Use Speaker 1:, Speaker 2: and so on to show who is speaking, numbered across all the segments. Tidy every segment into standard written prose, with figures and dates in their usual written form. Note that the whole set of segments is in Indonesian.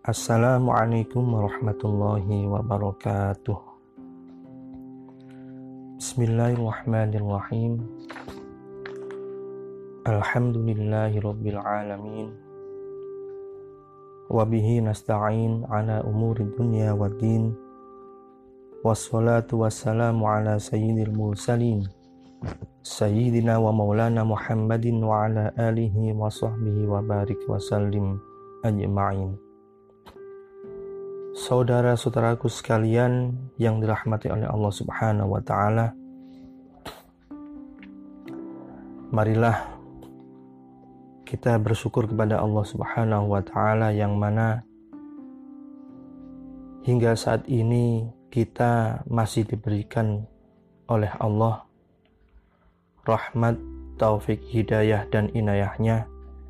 Speaker 1: Assalamualaikum warahmatullahi wabarakatuh. Bismillahirrahmanirrahim. Alhamdulillahi rabbil alamin. Wabihi nasta'in ala umuri dunya waddin. Wassalatu wassalamu ala sayyidil mursalin, sayyidina wa maulana Muhammadin wa ala alihi wa sahbihi wa barik wa sallim ajma'in. Saudara-saudaraku sekalian yang dirahmati oleh Allah Subhanahu wa Ta'ala, marilah kita bersyukur kepada Allah Subhanahu wa Ta'ala yang mana hingga saat ini kita masih diberikan oleh Allah rahmat, taufik, hidayah dan inayahnya,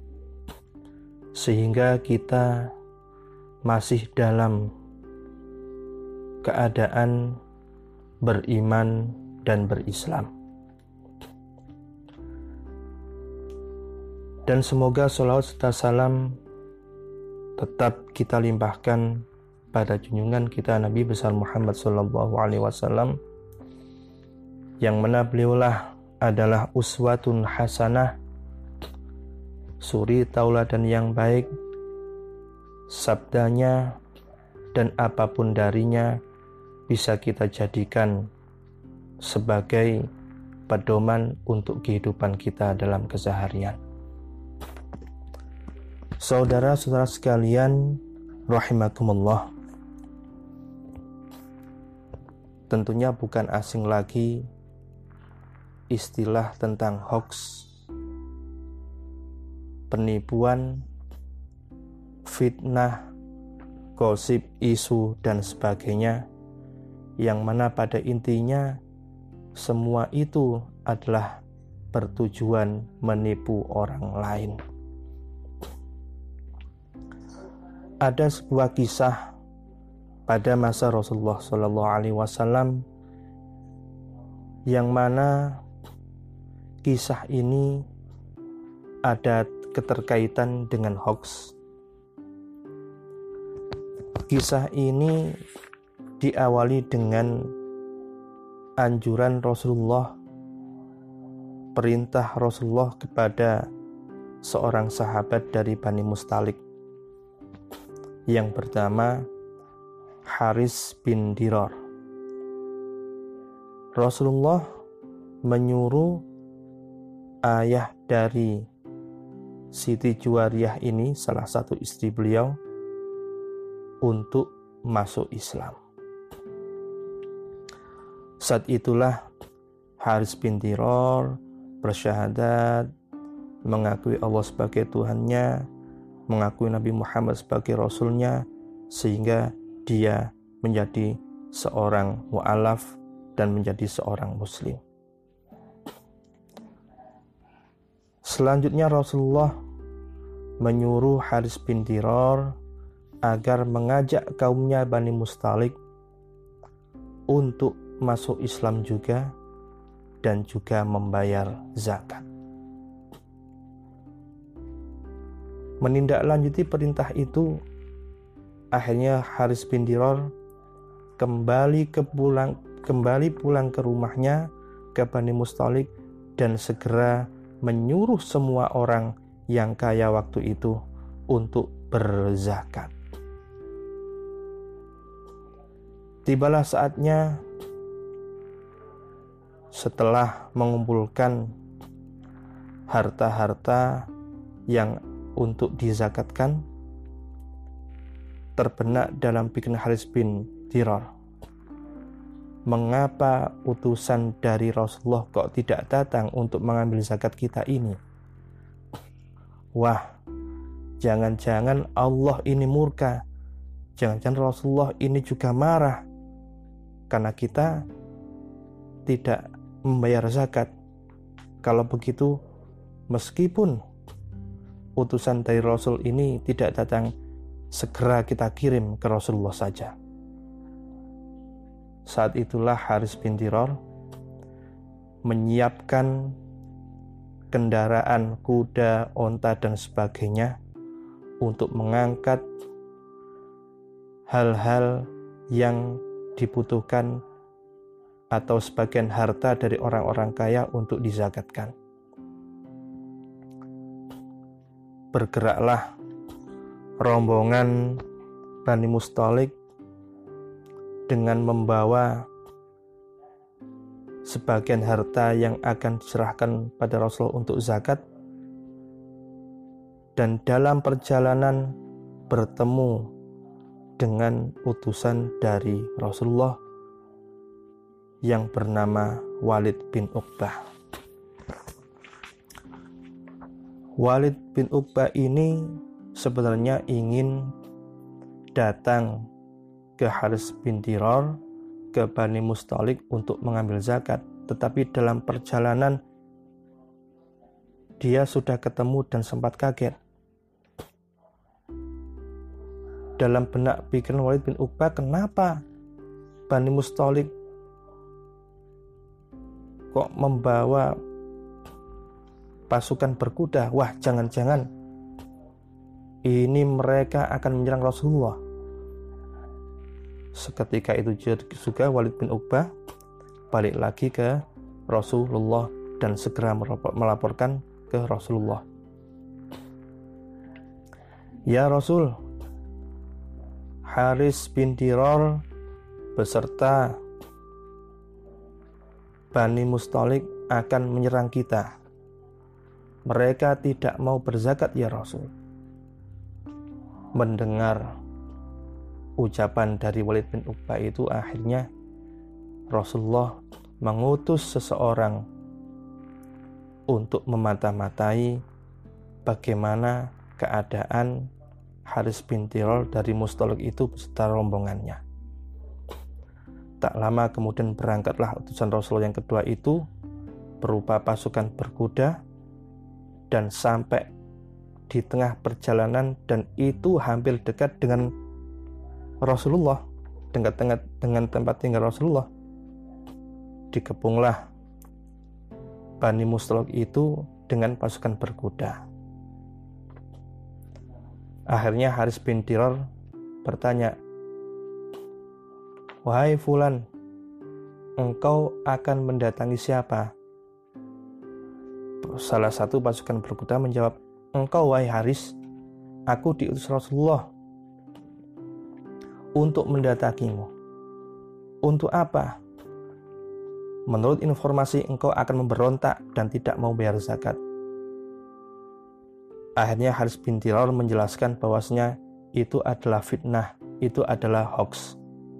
Speaker 1: sehingga kita masih dalam keadaan beriman dan berislam. Dan semoga sholawat serta salam tetap kita limpahkan pada junjungan kita Nabi besar Muhammad SAW, yang mana beliaulah adalah uswatun hasanah, suri tauladan yang baik. Sabdanya dan apapun darinya bisa kita jadikan sebagai pedoman untuk kehidupan kita dalam keseharian. Saudara-saudara sekalian rahimakumullah, tentunya bukan asing lagi istilah tentang hoax, penipuan, fitnah, gosip, isu, dan sebagainya, yang mana pada intinya semua itu adalah bertujuan menipu orang lain. Ada sebuah kisah pada masa Rasulullah SAW, yang mana kisah ini ada keterkaitan dengan hoax. Kisah ini diawali dengan anjuran Rasulullah, perintah Rasulullah kepada seorang sahabat dari Bani Mustalik yang bernama Haris bin Dirar. Rasulullah menyuruh ayah dari Siti Juwariyah ini, salah satu istri beliau, untuk masuk Islam. Saat itulah Haris bin Dirar bersyahadat, mengakui Allah sebagai Tuhannya, mengakui Nabi Muhammad sebagai Rasulnya, sehingga dia menjadi seorang mu'alaf dan menjadi seorang muslim. Selanjutnya Rasulullah menyuruh Haris bin Dirar agar mengajak kaumnya Bani Mustalik untuk masuk Islam juga dan juga membayar zakat. Menindaklanjuti perintah itu, akhirnya Haris bin Dirar kembali pulang ke rumahnya ke Bani Mustalik dan segera menyuruh semua orang yang kaya waktu itu untuk berzakat. Tibalah saatnya setelah mengumpulkan harta-harta yang untuk dizakatkan, terbenak dalam pikiran Haris bin Dirar, mengapa utusan dari Rasulullah kok tidak datang untuk mengambil zakat kita ini? Wah, jangan-jangan Allah ini murka, jangan-jangan Rasulullah ini juga marah karena kita tidak membayar zakat. Kalau begitu, meskipun utusan dari Rasul ini tidak datang, segera kita kirim ke Rasulullah saja. Saat itulah Haris bin Dirar menyiapkan kendaraan, kuda, onta, dan sebagainya untuk mengangkat hal-hal yang dibutuhkan atau sebagian harta dari orang-orang kaya untuk dizakatkan. Bergeraklah rombongan Bani Mustalik dengan membawa sebagian harta yang akan diserahkan pada Rasulullah untuk zakat, dan dalam perjalanan bertemu dengan utusan dari Rasulullah yang bernama Walid bin Uqbah. Walid bin Uqbah ini sebenarnya ingin datang ke Haris bin Dirar, ke Bani Mustalik untuk mengambil zakat, tetapi dalam perjalanan dia sudah ketemu dan sempat kaget. Dalam benak pikiran Walid bin Uqbah, kenapa Bani Mustalik kok membawa pasukan berkuda? Wah, jangan-jangan ini mereka akan menyerang Rasulullah. Seketika itu juga Walid bin Uqbah balik lagi ke Rasulullah dan segera melaporkan ke Rasulullah. Ya Rasul, Haris bin Dirar beserta Bani Mustalik akan menyerang kita. Mereka tidak mau berzakat ya Rasul. Mendengar ucapan dari Walid bin Uqbah itu, akhirnya Rasulullah mengutus seseorang untuk memata-matai bagaimana keadaan Haris bin Dirar dari Mustalik itu beserta rombongannya. Tak lama kemudian berangkatlah utusan Rasulullah yang kedua itu berupa pasukan berkuda, dan sampai di tengah perjalanan, dan itu hampir dekat dengan Rasulullah, dekat dengan tempat tinggal Rasulullah, dikepunglah Bani Mustalik itu dengan pasukan berkuda. Akhirnya Haris bin Dirar bertanya, "Wahai Fulan, engkau akan mendatangi siapa?" Salah satu pasukan berkuda menjawab, "Engkau wahai Haris, aku diutus Rasulullah untuk mendatangimu." "Untuk apa?" "Menurut informasi engkau akan memberontak dan tidak mau bayar zakat." Akhirnya Haris bin Dirar menjelaskan bahwasanya itu adalah fitnah, itu adalah hoax.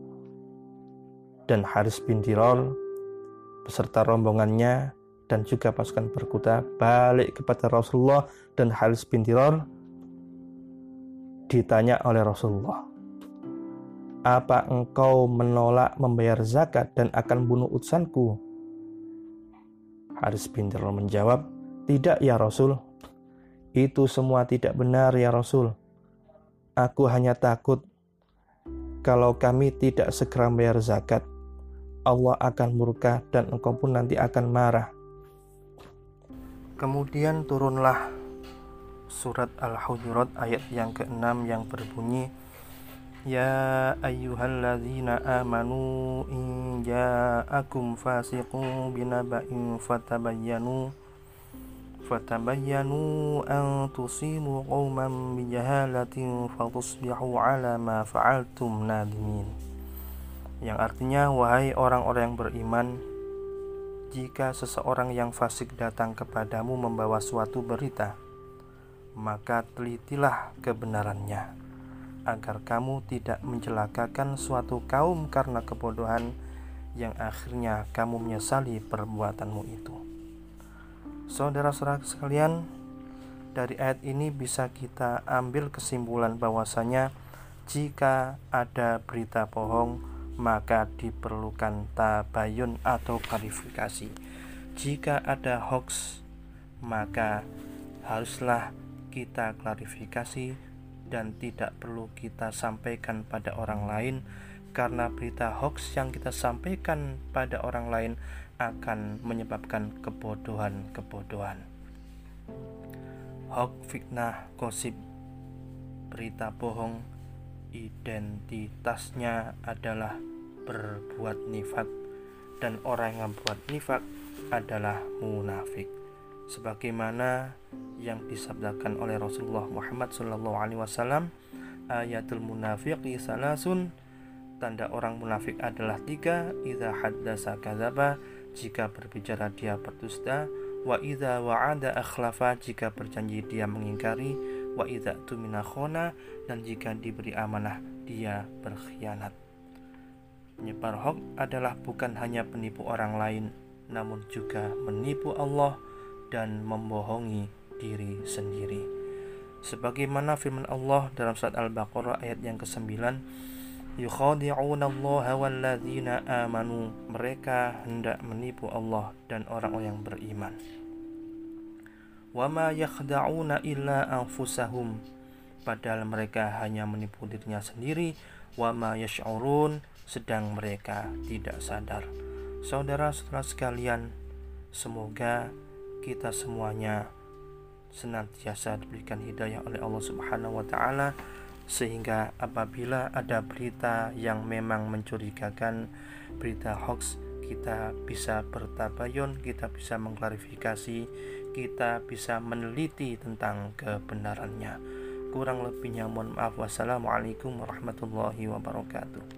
Speaker 1: Dan Haris bin Dirar beserta rombongannya dan juga pasukan berkuda balik kepada Rasulullah, dan Haris bin Dirar ditanya oleh Rasulullah, "Apa engkau menolak membayar zakat dan akan bunuh utusanku?" Haris bin Dirar menjawab, "Tidak ya Rasul, itu semua tidak benar ya Rasul. Aku hanya takut kalau kami tidak segera membayar zakat, Allah akan murka dan engkau pun nanti akan marah." Kemudian turunlah surat Al-Hujurat ayat yang ke-6 yang berbunyi, "Ya ayyuhalladzina amanu in ja'akum fasiqun binaba'in fatabayyanu an tusibu qauman bijahalatin fatusbihu ala ma fa'altum nadimin." Yang artinya, wahai orang-orang yang beriman, jika seseorang yang fasik datang kepadamu membawa suatu berita, maka telitilah kebenarannya, agar kamu tidak mencelakakan suatu kaum karena kebodohan yang akhirnya kamu menyesali perbuatanmu itu. Saudara-saudara sekalian, dari ayat ini bisa kita ambil kesimpulan bahwasanya jika ada berita bohong, maka diperlukan tabayun atau klarifikasi. Jika ada hoax, maka haruslah kita klarifikasi dan tidak perlu kita sampaikan pada orang lain, karena berita hoax yang kita sampaikan pada orang lain akan menyebabkan kebodohan-kebodohan. Hoax, fitnah, gosip, berita bohong identitasnya adalah berbuat nifak, dan orang yang berbuat nifak adalah munafik. Sebagaimana yang disabdakan oleh Rasulullah Muhammad SAW, ayatul munafiqi salasun, tanda orang munafik adalah 3, idza haddasa kadzaba, jika berbicara dia berdusta, wa idza wa'ada akhlafa, jika berjanji dia mengingkari, wa idza tumina khona, dan jika diberi amanah dia berkhianat. Penyebar hoax adalah bukan hanya penipu orang lain, namun juga menipu Allah dan membohongi diri sendiri. Sebagaimana firman Allah dalam surat Al-Baqarah ayat yang ke-9, yukhadi'una Allaha walladzina amanu, mereka hendak menipu Allah dan orang-orang yang beriman. Wama yakhda'una illa anfusahum, padahal mereka hanya menipu dirinya sendiri. Wama yash'urun, sedang mereka tidak sadar. Saudara-saudara sekalian, semoga kita semuanya senantiasa diberikan hidayah oleh Allah Subhanahu wa ta'ala, sehingga apabila ada berita yang memang mencurigakan, berita hoax, kita bisa bertabayun, kita bisa mengklarifikasi, kita bisa meneliti tentang kebenarannya. Kurang lebihnya mohon maaf. Wassalamualaikum warahmatullahi wabarakatuh.